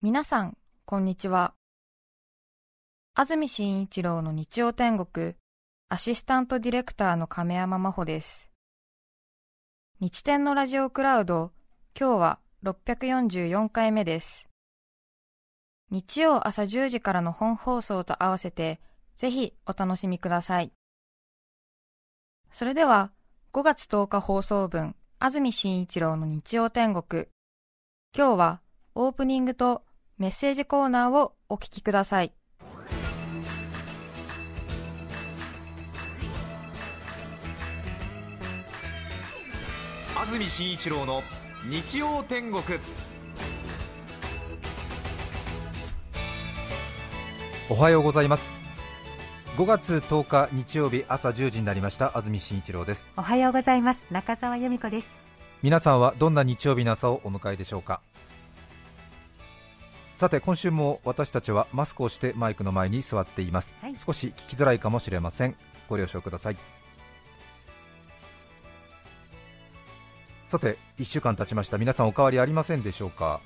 皆さん、こんにちは。安住紳一郎の日曜天国、アシスタントディレクターの亀山真帆です。日天のラジオクラウド、今日は644回目です。日曜朝10時からの本放送と合わせて、ぜひお楽しみください。それでは、5月10日放送分、安住紳一郎の日曜天国。今日はオープニングとメッセージコーナーをお聞きください。 安住紳一郎の日曜天国。おはようございます。5月10日日曜日朝10時になりました。安住紳一郎です。 おはようございます。中澤由美子です。 皆さんはどんな日曜日の朝をお迎えでしょうか。さて、今週も私たちはマスクをしてマイクの前に座っています、少し聞きづらいかもしれません。ご了承ください。さて、1週間経ちました。皆さんお変わりありませんでしょうか。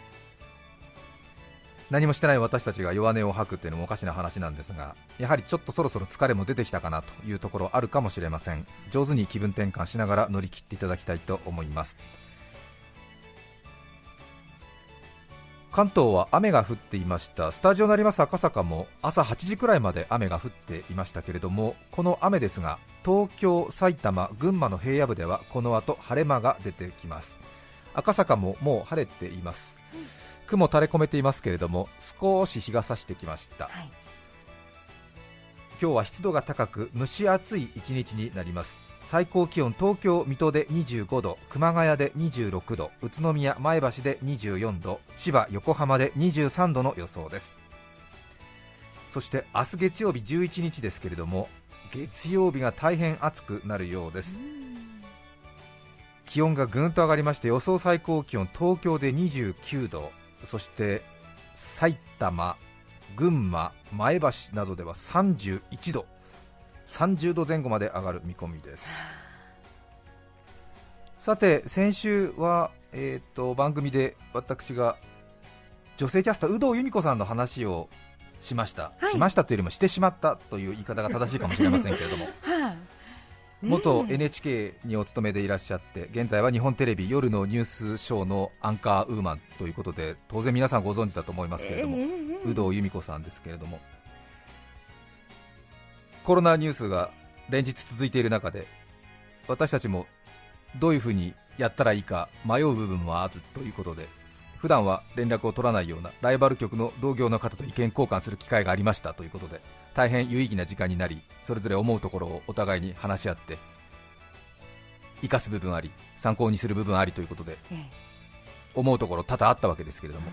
何もしてない私たちが弱音を吐くっていうのもおかしな話なんですが、やはりちょっとそろそろ疲れも出てきたかなというところあるかもしれません。上手に気分転換しながら乗り切っていただきたいと思います。関東は雨が降っていました。スタジオになります赤坂も朝8時くらいまで雨が降っていましたけれども、この雨ですが東京、埼玉、群馬の平野部ではこの後晴れ間が出てきます。赤坂ももう晴れています。雲垂れ込めていますけれども少し日が差してきました、今日は湿度が高く蒸し暑い一日になります。最高気温、東京、水戸で25度、熊谷で26度、宇都宮、前橋で24度、千葉、横浜で23度の予想です。そして明日月曜日11日ですけれども、月曜日が大変暑くなるようです。気温がぐんと上がりまして、予想最高気温、東京で29度、そして埼玉、群馬、前橋などでは31度、30度前後まで上がる見込みです。さて、先週は、番組で私が女性キャスター有働由美子さんの話をしました、しましたというよりもしてしまったという言い方が正しいかもしれませんけれども元 NHK にお勤めでいらっしゃって、現在は日本テレビ夜のニュースショーのアンカーウーマンということで、当然皆さんご存知だと思いますけれども、有働由美子さんですけれども、コロナニュースが連日続いている中で、私たちもどういうふうにやったらいいか迷う部分もあるということで、普段は連絡を取らないようなライバル局の同業の方と意見交換する機会がありましたということで、大変有意義な時間になり、それぞれ思うところをお互いに話し合って生かす部分あり参考にする部分ありということで、思うところ多々あったわけですけれども、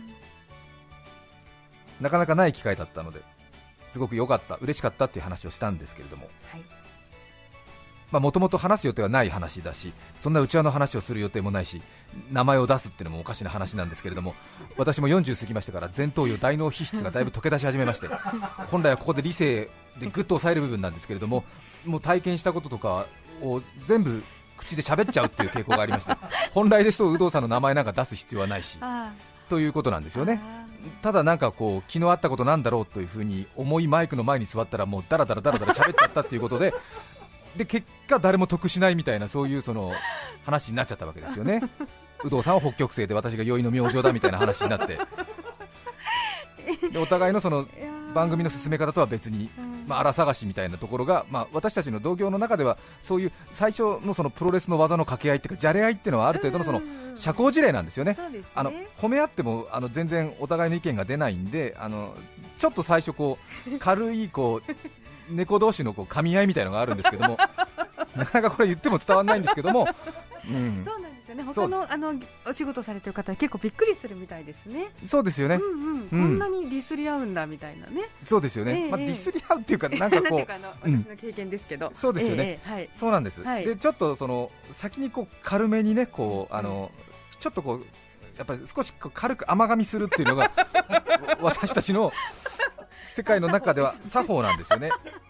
なかなかない機会だったのですごく良かった、嬉しかったっていう話をしたんですけれども、もともと話す予定はない話だし、そんな内輪の話をする予定もないし、名前を出すっていうのもおかしな話なんですけれども、私も40過ぎましてから前頭葉大脳皮質がだいぶ溶け出し始めまして、本来はここで理性でぐっと抑える部分なんですけれども、もう体験したこととかを全部口で喋っちゃうっていう傾向がありまして、本来ですと有働さんの名前なんか出す必要はないしということなんですよね。ただなんかこう昨日あったことなんだろうというふうに思い、マイクの前に座ったらもうダラダラ喋っちゃったということで結果誰も得しないみたいな、そういうその話になっちゃったわけですよね。有働さんは北極星で私が宵の明星だみたいな話になってで、お互いのその番組の進め方とは別に、荒探しみたいなところが、私たちの同業の中ではそういう最初のそのプロレスの技の掛け合いっていうか、じゃれ合いっていうのはある程度のその社交辞令なんですよね。褒め合っても全然お互いの意見が出ないんで、ちょっと最初こう軽いこう猫同士のこう噛み合いみたいなのがあるんですけどもなかなかこれ言っても伝わらないんですけども、 そうなんですよね。他のお仕事されてる方は結構びっくりするみたいですね。 そうですよね、 こんなにディスり合うんだみたいなね。 そうですよね、ディスり合うっていうか、なんかこう私の経験ですけど、 そうですよね、そうなんです、でちょっとその先にこう軽めにね、こうちょっとこうやっぱり少しこう軽く甘噛みするっていうのが私たちの世界の中では作法なんですよね、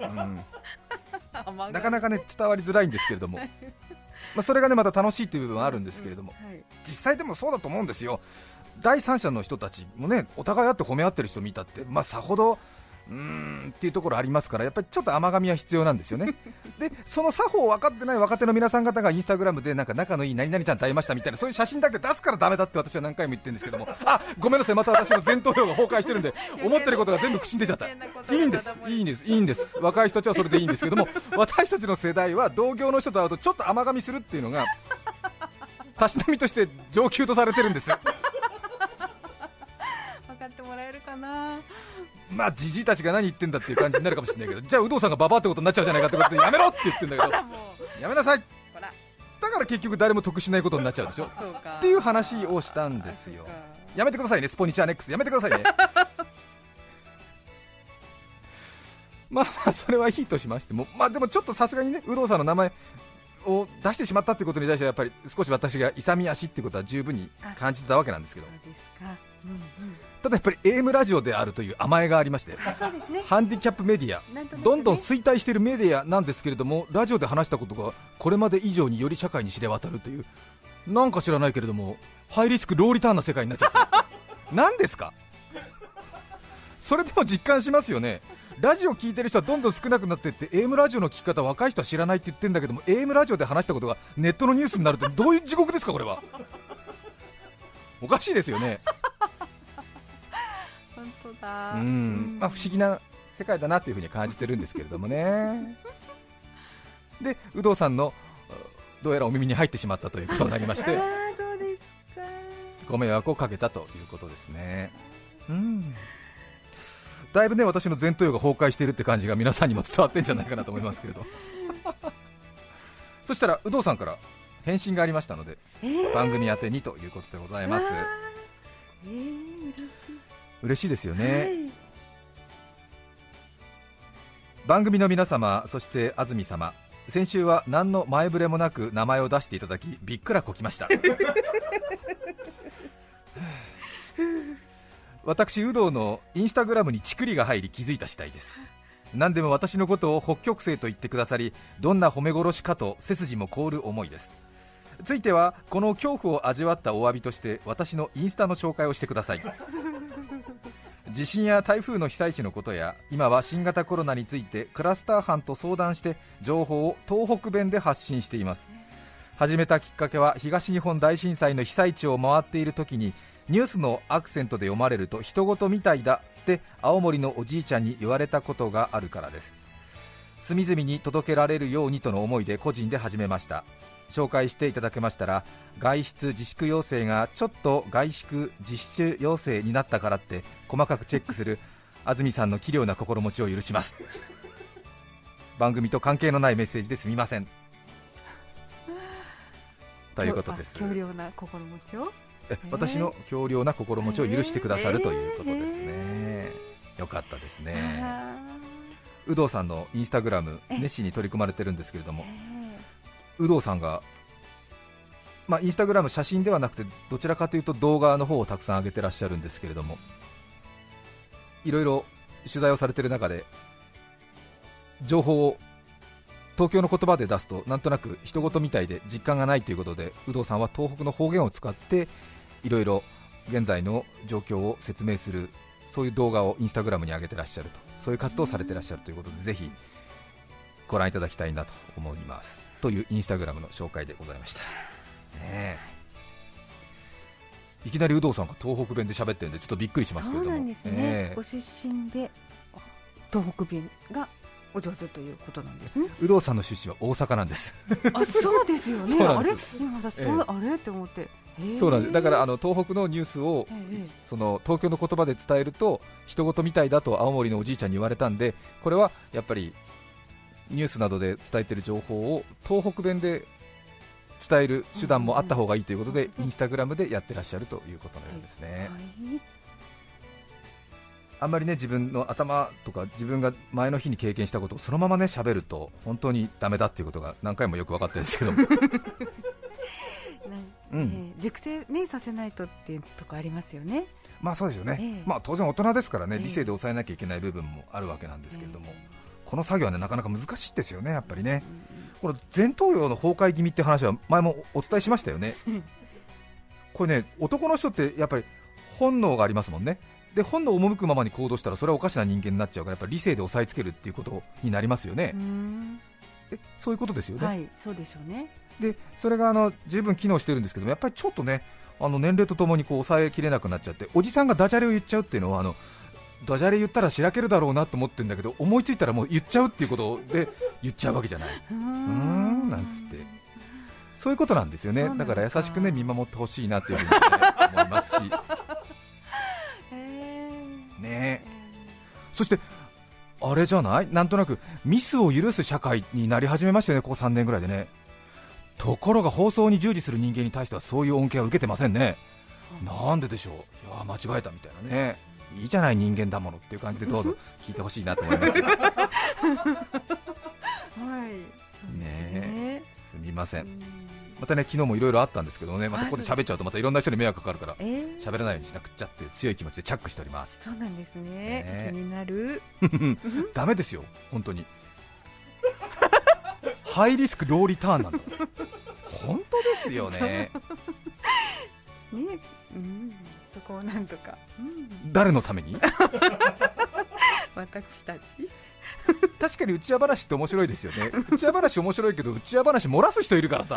なかなかね伝わりづらいんですけれども、それがねまた楽しいという部分はあるんですけれども、実際でもそうだと思うんですよ。 第三者の人たちもね、お互いあって褒め合ってる人見たって、さほどっていうところありますから、やっぱりちょっと甘噛みは必要なんですよねでその作法を分かってない若手の皆さん方がインスタグラムでなんか仲のいい何々ちゃんと会いましたみたいな、そういう写真だけ出すからダメだって私は何回も言ってるんですけども、ごめんなさい、また私の前頭葉が崩壊してるんで思ってることが全部口に出ちゃった。いいんです、若い人たちはそれでいいんですけども、私たちの世代は同業の人と会うとちょっと甘噛みするっていうのがたしなみとして上級とされてるんです分かってもらえるかな。 じじいたちが何言ってんだっていう感じになるかもしれないけど、じゃあ有働さんがババアってことになっちゃうじゃないかってことでやめろって言ってんだけどやめなさい、だから結局誰も得しないことになっちゃうでしょっていう話をしたんですよ。やめてくださいね、スポニチアネックスやめてくださいねそれはいいとしましても、でもちょっとさすがにね、有働さんの名前を出してしまったということに対してはやっぱり少し私が勇み足っていうことは十分に感じてたわけなんですけど、ただやっぱり AM ラジオであるという甘えがありまして、ハンディキャップメディア、どんどん衰退しているメディアなんですけれども、ラジオで話したことがこれまで以上により社会に知れ渡るという、なんか知らないけれどもハイリスクローリターンな世界になっちゃった何ですか、それでも実感しますよね。ラジオ聞いてる人はどんどん少なくなっていって AM ラジオの聞き方若い人は知らないって言ってるんだけども、 AM ラジオで話したことがネットのニュースになるってどういう地獄ですか、これはおかしいですよね本当だ。 不思議な世界だなというふうに感じてるんですけれどもねで有働さんのどうやらお耳に入ってしまったということになりましてそうですか、 ご迷惑をかけたということですね。だいぶね、私の前頭葉が崩壊しているって感じが皆さんにも伝わってんじゃないかなと思いますけれどそしたら有働さんから返信がありましたので、番組宛てにということでございます。嬉しいですよね、番組の皆様、そして安住様、先週は何の前触れもなく名前を出していただきびっくらこきました私、有働のインスタグラムにチクリが入り気づいた次第です。何でも私のことを北極星と言ってくださり、どんな褒め殺しかと背筋も凍る思いです。ついてはこの恐怖を味わったお詫びとして私のインスタの紹介をしてください地震や台風の被災地のことや、今は新型コロナについてクラスター班と相談して情報を東北弁で発信しています。始めたきっかけは東日本大震災の被災地を回っている時にニュースのアクセントで読まれると人事みたいだって青森のおじいちゃんに言われたことがあるからです。隅々に届けられるようにとの思いで個人で始めました。紹介していただけましたら、外出自粛要請がちょっと外出自粛要請になったからって細かくチェックする安住さんの器量な心持ちを許します。番組と関係のないメッセージですみませんということです。 強量な心持ちを、 私の強量な心持ちを許してくださるということですね。よかったですね。有働さんのインスタグラム熱心に取り組まれてるんですけれども、有働さんが、インスタグラム写真ではなくてどちらかというと動画の方をたくさん上げてらっしゃるんですけれども、いろいろ取材をされている中で情報を東京の言葉で出すとなんとなく人事みたいで実感がないということで、有働さんは東北の方言を使っていろいろ現在の状況を説明する、そういう動画をインスタグラムに上げてらっしゃると、そういう活動をされてらっしゃるということで、ぜひご覧いただきたいなと思いますというインスタグラムの紹介でございました、いきなり有働さんが東北弁で喋ってるんでちょっとびっくりしますけれども。 そうなんですね、ご出身で東北弁がお上手ということなんですね。 有働さんの出身は大阪なんですそうですよね。 そうなんです。 今私あれって思って、 そうなんです。だから東北のニュースを、その東京の言葉で伝えると人事みたいだと青森のおじいちゃんに言われたんで、これはやっぱりニュースなどで伝えている情報を東北弁で伝える手段もあった方がいいということで、インスタグラムでやってらっしゃるということのようですね。あんまりね、自分の頭とか自分が前の日に経験したことをそのままね喋ると本当にダメだっていうことが何回もよく分かってるんですけども熟成、ね、させないとっていうとこありますよね。 そうですよね、当然大人ですからね、理性で抑えなきゃいけない部分もあるわけなんですけれども、この作業はねなかなか難しいですよね、やっぱりね。この前頭葉の崩壊気味って話は前もお伝えしましたよね、これね、男の人ってやっぱり本能がありますもんね。で本能を赴くままに行動したらそれはおかしな人間になっちゃうから、やっぱり理性で抑えつけるっていうことになりますよね。そういうことですよね。 はい、そうでしょうね。 でそれが十分機能してるんですけども、やっぱりちょっとね、年齢とともにこう抑えきれなくなっちゃって、おじさんがダジャレを言っちゃうっていうのは、ダジャレ言ったらしらけるだろうなと思ってるんだけど、思いついたらもう言っちゃうっていうことで言っちゃうわけじゃない。なんつって、そういうことなんですよね。だから優しくね見守ってほしいなというふうに、ね、思いますしね。そしてあれじゃない、なんとなくミスを許す社会になり始めましたよね、ここ3年ぐらいでね。ところが放送に従事する人間に対してはそういう恩恵は受けてませんね。なんででしょう。いや間違えたみたいなね、いいじゃない人間だものっていう感じでどうぞ聞いてほしいなと思いますはいね。すみません。またね、昨日もいろいろあったんですけどね、またここで喋っちゃうとまたいろんな人に迷惑かかるから喋らないようにしなくっちゃって強い気持ちでチャックしております。 そうなんですね。気になるダメですよ本当にハイリスクローリターンなんだ本当ですよねね、そこをなんとか、 誰のために私たち確かに内輪話って面白いですよね。内輪話面白いけど内輪話漏らす人いるからさ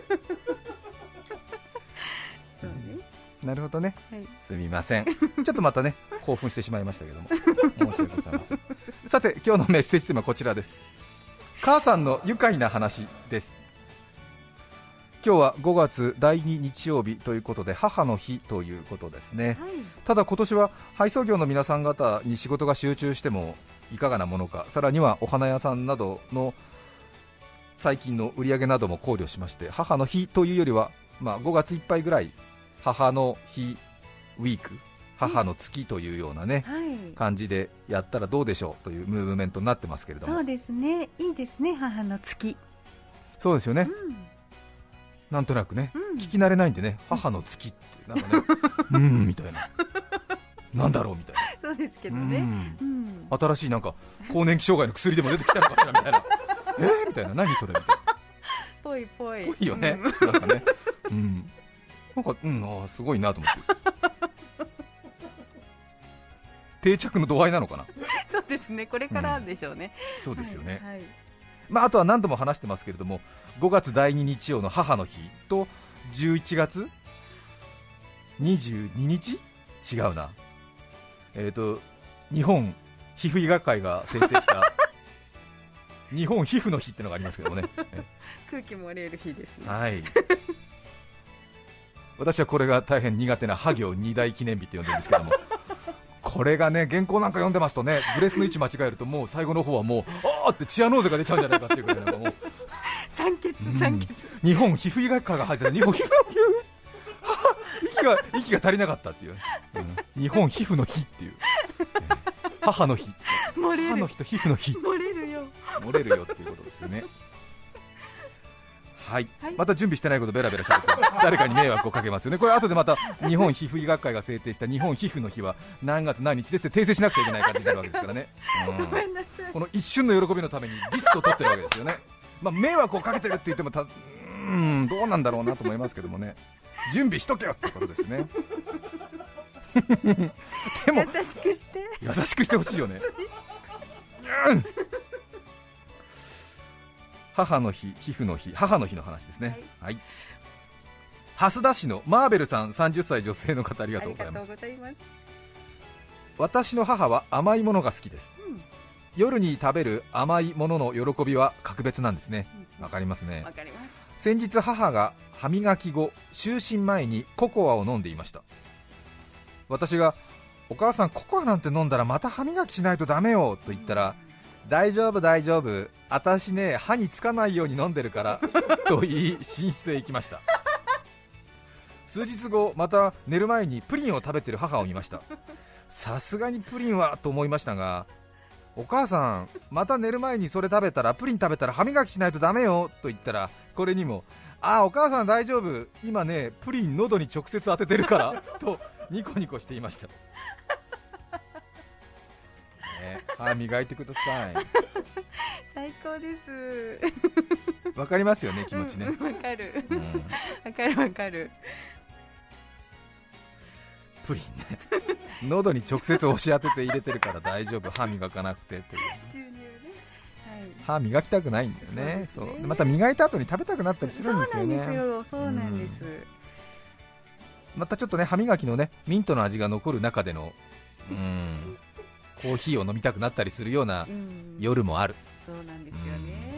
そうね、 なるほどね、 はい、 すみませんちょっとまたね興奮してしまいましたけども申し訳ございません。さて今日のメッセージテーマはこちらです。母さんの愉快な話です。今日は5月第2日曜日ということで母の日ということですね、はい、ただ今年は配送業の皆さん方に仕事が集中してもいかがなものか、さらにはお花屋さんなどの最近の売り上げなども考慮しまして、母の日というよりは、5月いっぱいぐらい母の日ウィーク、母の月というようなね、感じでやったらどうでしょうというムーブメントになってますけれども。 そうですね、いいですね、母の月。 そうですよね、なんとなくね、聞き慣れないんでね、母の月ってなんかねみたいななんだろうみたいな。 そうですけどね、 新しいなんか更年期障害の薬でも出てきたのかしらみたいなみたいな、何それみたいなぽいぽいぽいよね、なんかね、なんかすごいなと思って定着の度合いなのかなそうですね、これからでしょうね、 そうですよね、 はいはい、 あとは何度も話してますけれども、5月第2日曜の母の日と11月22日違うな、日本皮膚医学会が制定した日本皮膚の日ってのがありますけどもね空気漏れる日ですね。 はい私はこれが大変苦手なハ行2大記念日って呼んでるんですけどもこれがね、原稿なんか読んでますとね、ブレスの位置間違えるともう最後の方はもうあーってチアノーゼが出ちゃうんじゃないかっていうぐらい、なんかもう酸欠日本皮膚医学会が入ってた日本皮膚の日息が足りなかったっていう、日本皮膚の日っていう、母の日、母の日と皮膚の日、 漏れるよっていうことですよね。はい、また準備してないことベラベラしゃべって誰かに迷惑をかけますよね。これ後でまた日本皮膚医学会が制定した日本皮膚の日は何月何日ですって訂正しなくちゃいけない感じになるわけですからね、この一瞬の喜びのためにリスクを取ってるわけですよね。迷惑をかけてるって言ってもどうなんだろうなと思いますけどもね、準備しとけよってことですねでも優しくしてほしいよね母の日、皮膚の日、母の日の話ですね、はい、蓮田市のマーベルさん、30歳女性の方、ありがとうございます。私の母は甘いものが好きです、夜に食べる甘いものの喜びは格別なんですね。わかりますね。先日母が歯磨き後、就寝前にココアを飲んでいました。私がお母さんココアなんて飲んだらまた歯磨きしないとダメよと言ったら、大丈夫大丈夫、私ね歯につかないように飲んでるからと言い寝室へ行きました。数日後、また寝る前にプリンを食べてる母を見ました。さすがにプリンはと思いましたが、お母さんまた寝る前にそれ食べたら、プリン食べたら歯磨きしないとダメよと言ったら、これにもお母さん大丈夫、今ねプリン喉に直接当ててるからとニコニコしていました歯磨いてください最高です。 わかりますよね、気持ちね。 わかる、わかる。 プリンね喉に直接押し当てて入れてるから大丈夫、歯磨かなくてっていう。 注入ね、はい、 歯磨きたくないんだよね。そうでまた磨いた後に食べたくなったりするんですよね。 そうなんです。 またちょっとね、歯磨きのねミントの味が残る中でのコーヒーを飲みたくなったりするような夜もある。 そうなんですよね。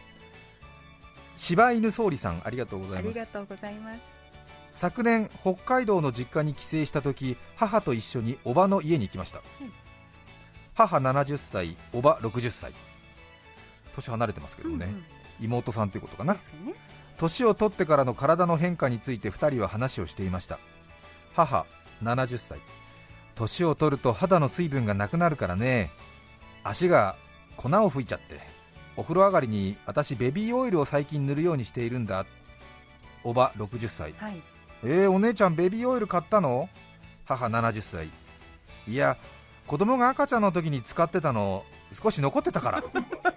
柴犬総理さん、ありがとうございます。 ありがとうございます。 昨年北海道の実家に帰省した時、母と一緒におばの家に行きました、母70歳、おば60歳、年離れてますけどもね、妹さんということかな。年を取ってからの体の変化について2人は話をしていました。母70歳、年を取ると肌の水分がなくなるからね、足が粉を吹いちゃって、お風呂上がりに私ベビーオイルを最近塗るようにしているんだ。おば60歳、はい、お姉ちゃんベビーオイル買ったの？母70歳、いや子供が赤ちゃんの時に使ってたの少し残ってたから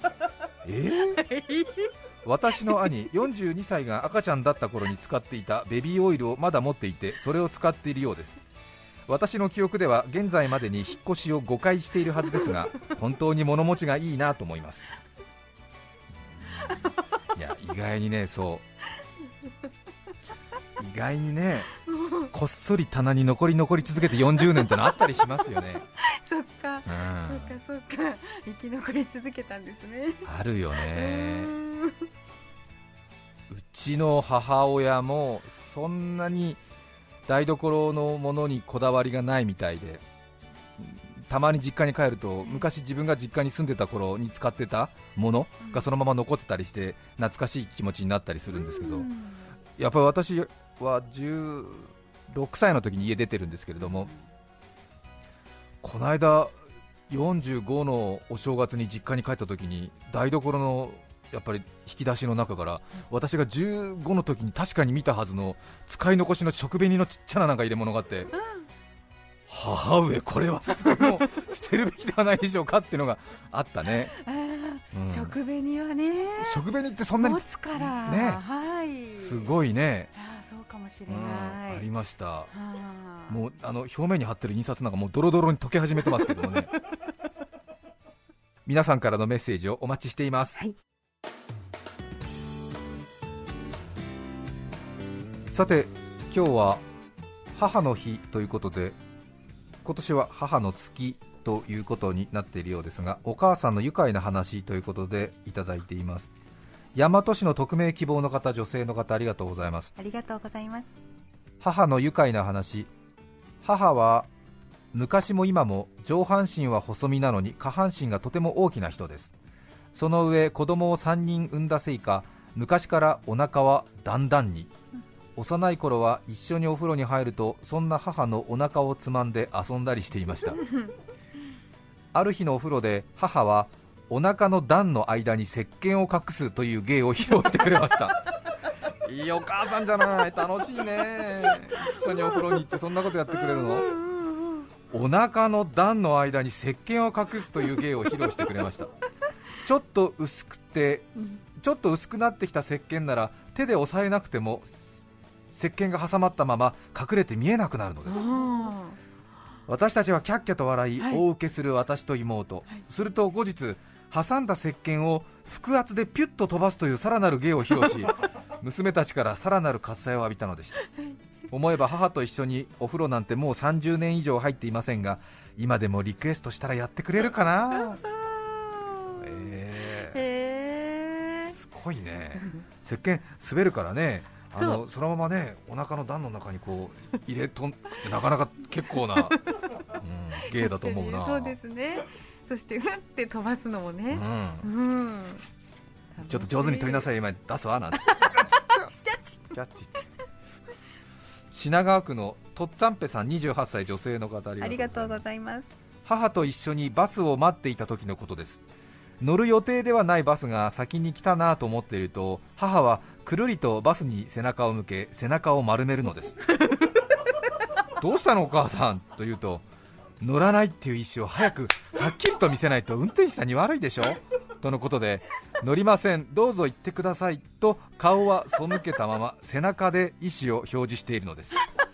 私の兄42歳が赤ちゃんだった頃に使っていたベビーオイルをまだ持っていて、それを使っているようです。私の記憶では現在までに引っ越しを5回しているはずですが、本当に物持ちがいいなと思います。いや意外にね、そう意外にね、こっそり棚に残り続けて40年ってのあったりしますよねそっか、そっか生き残り続けたんですね。 あるよね。うちの母親もそんなに台所のものにこだわりがないみたいで、たまに実家に帰ると昔自分が実家に住んでた頃に使ってたものがそのまま残ってたりして懐かしい気持ちになったりするんですけど、やっぱり私は16歳の時に家出てるんですけれども、この間45のお正月に実家に帰った時に台所のやっぱり引き出しの中から私が15の時に確かに見たはずの使い残しの食紅のちっちゃななんか入れ物があって、母上これはさすがにもう捨てるべきではないでしょうかっていうのがあったね。 食紅はね、 食紅ってそんなに持つからね、 はい、 すごいね。 そうかもしれない、 ありました。もう表面に貼ってる印刷なんかもうドロドロに溶け始めてますけどもね皆さんからのメッセージをお待ちしています、はい、さて今日は母の日ということで、今年は母の月ということになっているようですが、お母さんの愉快な話ということでいただいています。大和市の匿名希望の方、女性の方、ありがとうございます。 ありがとうございます。 母の愉快な話。母は昔も今も上半身は細身なのに下半身がとても大きな人です。その上子供を3人産んだせいか、昔からお腹は段々に、幼い頃は一緒にお風呂に入るとそんな母のお腹をつまんで遊んだりしていましたある日のお風呂で母はお腹の段の間に石鹸を隠すという芸を披露してくれましたいいお母さんじゃない、楽しいね。一緒にお風呂に行ってそんなことやってくれるの。お腹の段の間に石鹸を隠すという芸を披露してくれました。ちょっと薄くなってきた石鹸なら手で押さえなくても石鹸が挟まったまま隠れて見えなくなるのです。私たちはキャッキャと笑い、大受けする私と妹、すると後日挟んだ石鹸を腹圧でピュッと飛ばすというさらなる芸を披露し娘たちからさらなる喝采を浴びたのでした。思えば母と一緒にお風呂なんてもう30年以上入っていませんが、今でもリクエストしたらやってくれるかなすごいね。石鹸滑るからね、そのままねお腹の段の中にこう入れとんってなかなか結構な、芸だと思うな。 そうですね。そしてふって飛ばすのもね、 ちょっと上手に取りなさい、今出すわなんてキャッチ品川区のとっつぁんぺさん、28歳女性の方、 ありがとうございます。 母と一緒にバスを待っていた時のことです。乗る予定ではないバスが先に来たなと思っていると、母はくるりとバスに背中を向け背中を丸めるのですどうしたのお母さんと言うと、乗らないっていう意思を早くはっきりと見せないと運転手さんに悪いでしょとのことで、乗りません、どうぞ行ってくださいと顔は背けたまま背中で意思を表示しているのです。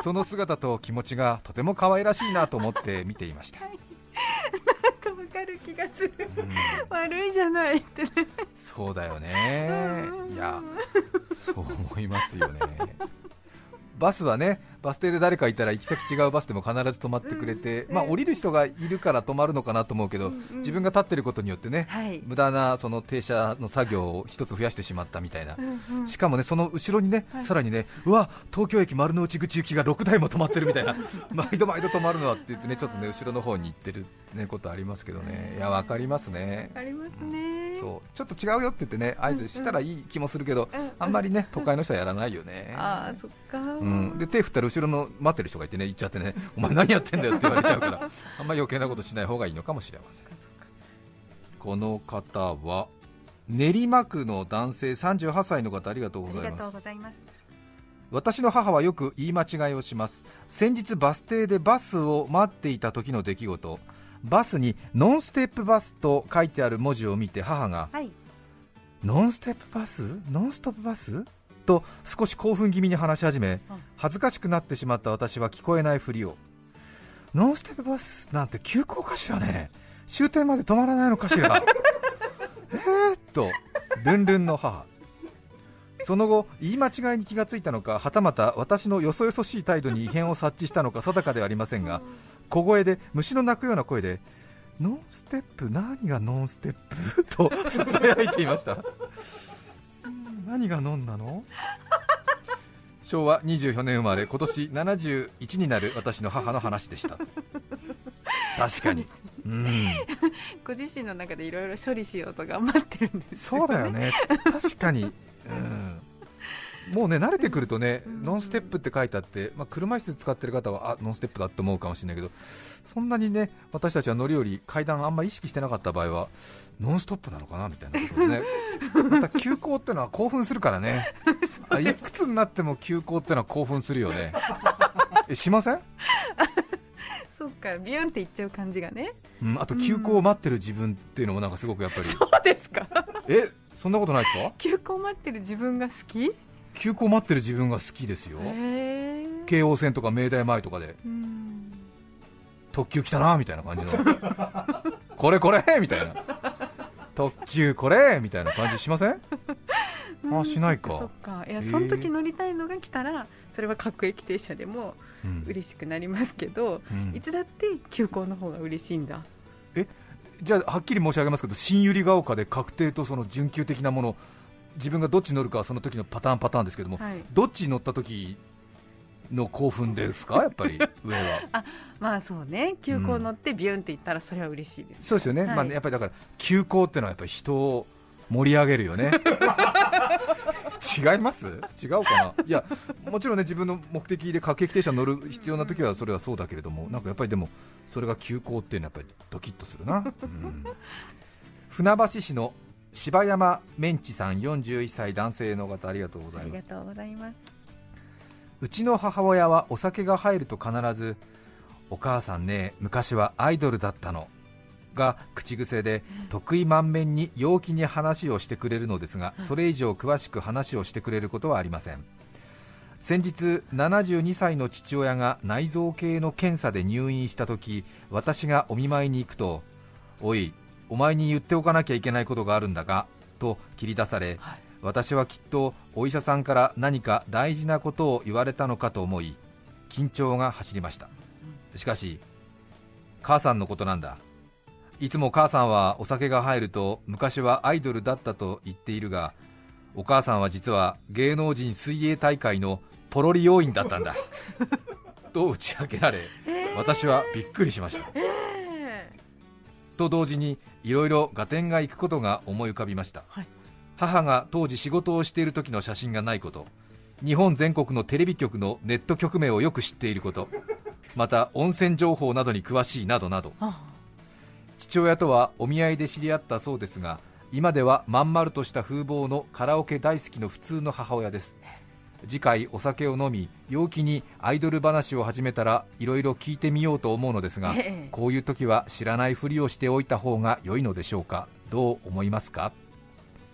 その姿と気持ちがとても可愛らしいなと思って見ていました。 なんかわかる気がする、悪いじゃないってね。 そうだよね、いやそう思いますよね。バスはね、バス停で誰かいたら行き先違うバスでも必ず止まってくれて、降りる人がいるから止まるのかなと思うけど、自分が立ってることによってね、無駄なその停車の作業を一つ増やしてしまったみたいな、しかもね、その後ろにね、さらにね、うわ、東京駅丸の内口行きが6台も止まってるみたいな毎度毎度止まるのはって言ってね、ちょっとね、後ろの方に行ってる、ね、ことありますけどね。いや、わかりますね。 ありますね。 そうちょっと違うよって言ってね、合図したらいい気もするけど、あんまりね、都会の人はやらないよね。 あ、そっか。 で手振ったら後ろの待ってる人がいてね、行っちゃってね、お前何やってんだよって言われちゃうからあんまり余計なことしない方がいいのかもしれません。この方は練馬区の男性38歳の方、ありがとうございます。私の母はよく言い間違いをします。先日バス停でバスを待っていた時の出来事、バスにノンステップバスと書いてある文字を見て母が、ノンステップバス？ノンストップバス？と少し興奮気味に話し始め、恥ずかしくなってしまった私は聞こえないふりを、ノンステップバスなんて急行かしらね、終点まで止まらないのかしらとルンルンの母。その後言い間違いに気がついたのか、はたまた私のよそよそしい態度に異変を察知したのか定かではありませんが、小声で虫の鳴くような声で、ノンステップ、何がノンステップとささやいていました何がノンなの昭和24年生まれ、今年71になる私の母の話でした。確かに、 ご自身の中でいろいろ処理しようと頑張ってるんですよね。 そうだよね、確かに、もうね、慣れてくるとね、ノンステップって書いてあって、車椅子使ってる方はノンステップだって思うかもしれないけど、そんなにね、私たちは乗り降り階段あんまり意識してなかった場合はノンストップなのかなみたいなことでねまた急行ってのは興奮するからねいくつになっても急行ってのは興奮するよねしません？ そっか、ビューンっていっちゃう感じがね、 あと急行を待ってる自分っていうのもなんかすごくやっぱりそうですかそんなことないですか？ 急行待ってる自分が好き？ 急行待ってる自分が好きですよ。京王線とか明大前とかで特急来たなみたいな感じのこれこれみたいな、特急これみたいな感じしません？しないか。 そっか、いや、その時乗りたいのが来たらそれは各駅停車でも嬉しくなりますけど、いつだって急行の方が嬉しいんだ。 じゃあはっきり申し上げますけど、新百合ヶ丘で確定とその準急的なもの、自分がどっち乗るかはその時のパターンですけども、どっち乗った時の興奮ですか？やっぱり上はそうね、急行乗ってビューンって行ったらそれは嬉しいです、 そうですよね、やっぱりだから急行ってのはやっぱり人を盛り上げるよね違います？違うかな。いや、もちろんね、自分の目的で各駅停車乗る必要な時はそれはそうだけれども、なんかやっぱりでもそれが急行っていうのはやっぱりドキッとするな、船橋市の柴山メンチさん、41歳男性の方、ありがとうございます。 ありがとうございます。 うちの母親はお酒が入ると必ず、お母さんね、昔はアイドルだったのが口癖で、得意満面に陽気に話をしてくれるのですが、それ以上詳しく話をしてくれることはありません。先日72歳の父親が内臓系の検査で入院した時、私がお見舞いに行くと、おい、お前に言っておかなきゃいけないことがあるんだがと切り出され、私はきっとお医者さんから何か大事なことを言われたのかと思い、緊張が走りました。しかし、母さんのことなんだ。いつも母さんはお酒が入ると昔はアイドルだったと言っているが、お母さんは実は芸能人水泳大会のポロリ要員だったんだと打ち明けられ、私はびっくりしました、と同時にいろいろ合点がいくことが思い浮かびました、母が当時仕事をしている時の写真がないこと、日本全国のテレビ局のネット局名をよく知っていること、また温泉情報などに詳しいなどなど。父親とはお見合いで知り合ったそうですが、今ではまん丸とした風貌のカラオケ大好きの普通の母親です。次回お酒を飲み陽気にアイドル話を始めたらいろいろ聞いてみようと思うのですが、こういう時は知らないふりをしておいた方が良いのでしょうか。どう思いますか？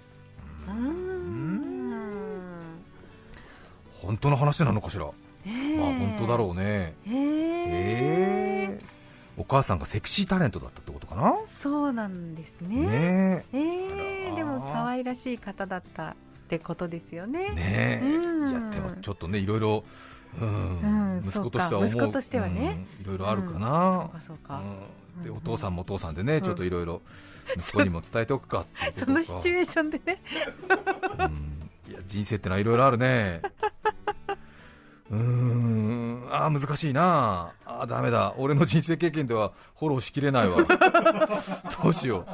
本当の話なのかしら。 本当だろうね。お母さんがセクシータレントだったってことかな。 そうなんですね。でも可愛らしい方だったってことですよね。 いやでもちょっとね、いろいろ息子としては思う、 息子としてはね、 いろいろあるかな。 そうかでお父さんもお父さんでね、ちょっといろいろ息子にも伝えておくかっていうことか。 そのシチュエーションでね。 いや人生ってのはいろいろあるね。難しいな。ダメだ、俺の人生経験ではフォローしきれないわ。どうしよう。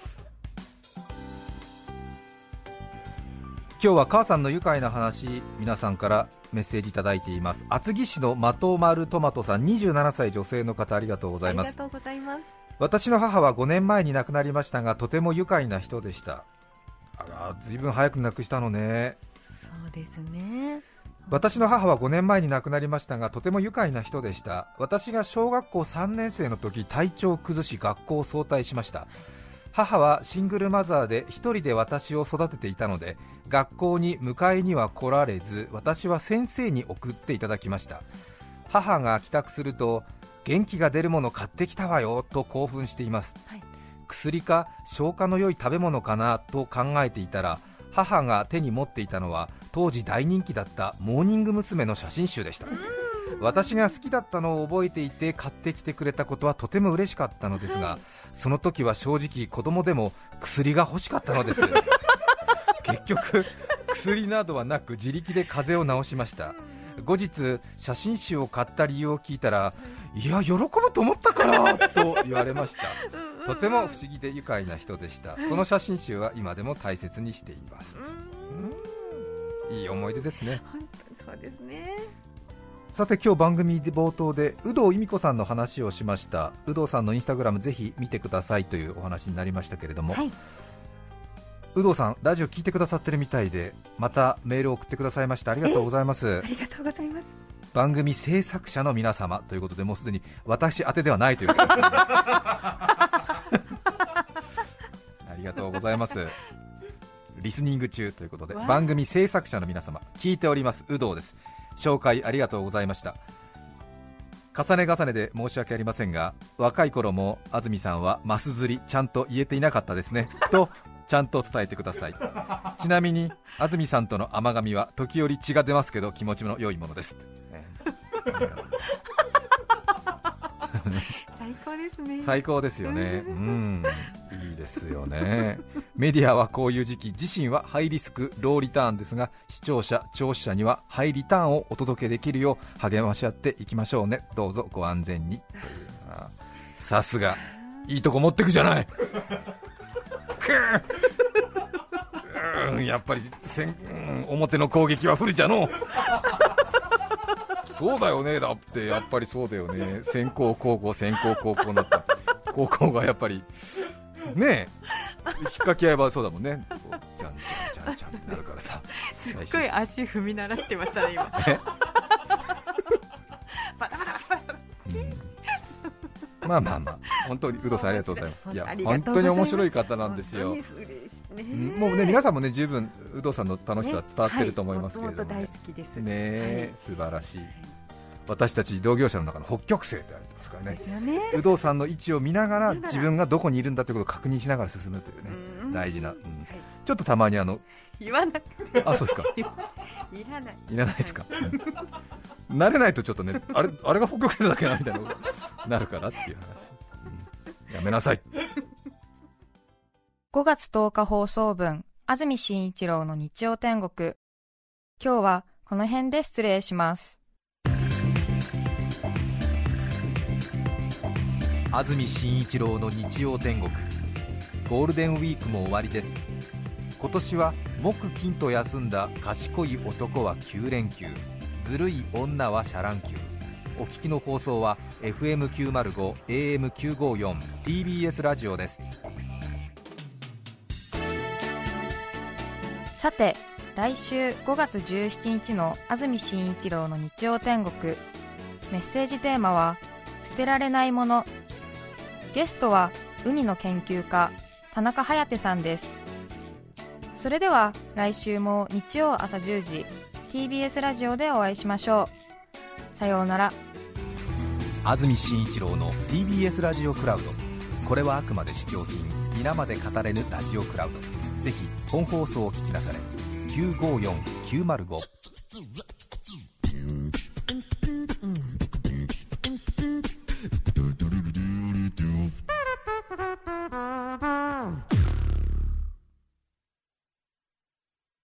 今日は母さんの愉快な話、皆さんからメッセージいただいています。厚木市のまとまるトマトさん、27歳女性の方、ありがとうございます。 ありがとうございます。 私の母は5年前に亡くなりましたが、とても愉快な人でした。あら、ずいぶん早く亡くしたのね。 そうですね。 私の母は5年前に亡くなりましたが、とても愉快な人でした。私が小学校3年生の時、体調を崩し学校を早退しました。母はシングルマザーで一人で私を育てていたので、学校に迎えには来られず、私は先生に送っていただきました。母が帰宅すると、元気が出るもの買ってきたわよと興奮しています。薬か消化の良い食べ物かなと考えていたら、母が手に持っていたのは当時大人気だったモーニング娘。の写真集でした。私が好きだったのを覚えていて買ってきてくれたことはとても嬉しかったのですが、その時は正直子供でも薬が欲しかったのです。結局薬などはなく自力で風邪を治しました。後日写真集を買った理由を聞いたら、いや喜ぶと思ったからと言われました。とても不思議で愉快な人でした。その写真集は今でも大切にしています。いい思い出ですね。 本当にそうですね。 さて今日番組で冒頭で有働由美子さんの話をしました。有働さんのインスタグラムぜひ見てくださいというお話になりましたけれども、有働さんラジオ聞いてくださってるみたいで、またメールを送ってくださいました。ありがとうございます。 ありがとうございます。 番組制作者の皆様ということで、もうすでに私宛てではないということです、ね、ありがとうございます。リスニング中ということで、番組制作者の皆様聞いております、有働です。紹介ありがとうございました。重ね重ねで申し訳ありませんが、若い頃も安住さんはマス釣りちゃんと言えていなかったですねとちゃんと伝えてください。ちなみに安住さんとの甘噛みは時折血が出ますけど気持ちの良いものです。 最高ですね。 最高ですよね。いいですよね。メディアはこういう時期、自身はハイリスクローリターンですが、視聴者聴取者にはハイリターンをお届けできるよう励まし合っていきましょうね。どうぞご安全にという。さすがいいとこ持ってくじゃない。やっぱり表の攻撃は不利じゃの。そうだよね。だってやっぱりそうだよね。先攻後攻先攻後攻になった。高校がやっぱりねえ、引っ掛け合えばそうだもんね。じゃんじゃんじゃんじゃんってなるからさ。 すっごい足踏み鳴らしてましたね今。 まあまあまあ、本当に有働さんありがとうございます。いや本当に面白い方なんですよ。もうね、皆さんもね十分有働さんの楽しさ伝わってると思いますけれども、 大好きですね。素晴らしい。私たち同業者の中の北極星と言われてますからね。有働さんの位置を見ながら自分がどこにいるんだということを確認しながら進むというね、大事な、ちょっとたまに言わなくて。 あ、そうですか。 いらない。 いらないですか。慣れないとちょっとね、あれが北極星だけなみたいなことになるからっていう話、やめなさい。 5月10日放送分、安住紳一郎の日曜天国。今日はこの辺で失礼します。 安住紳一郎の日曜天国、ゴールデンウィークも終わりです。今年は木金と休んだ賢い男は9連休、ずるい女はシャラン級。お聞きの放送は FM905 AM954 TBS ラジオです。 さて来週5月17日の安住紳一郎の日曜天国、メッセージテーマは捨てられないもの。ゲストはウニの研究家田中颯さんです。それでは来週も日曜朝10時 TBS ラジオでお会いしましょう。 さようなら。 安住紳一郎の TBS ラジオクラウド、これはあくまで試供品、皆まで語れぬラジオクラウド。ぜひ本放送を聞きなされ。954905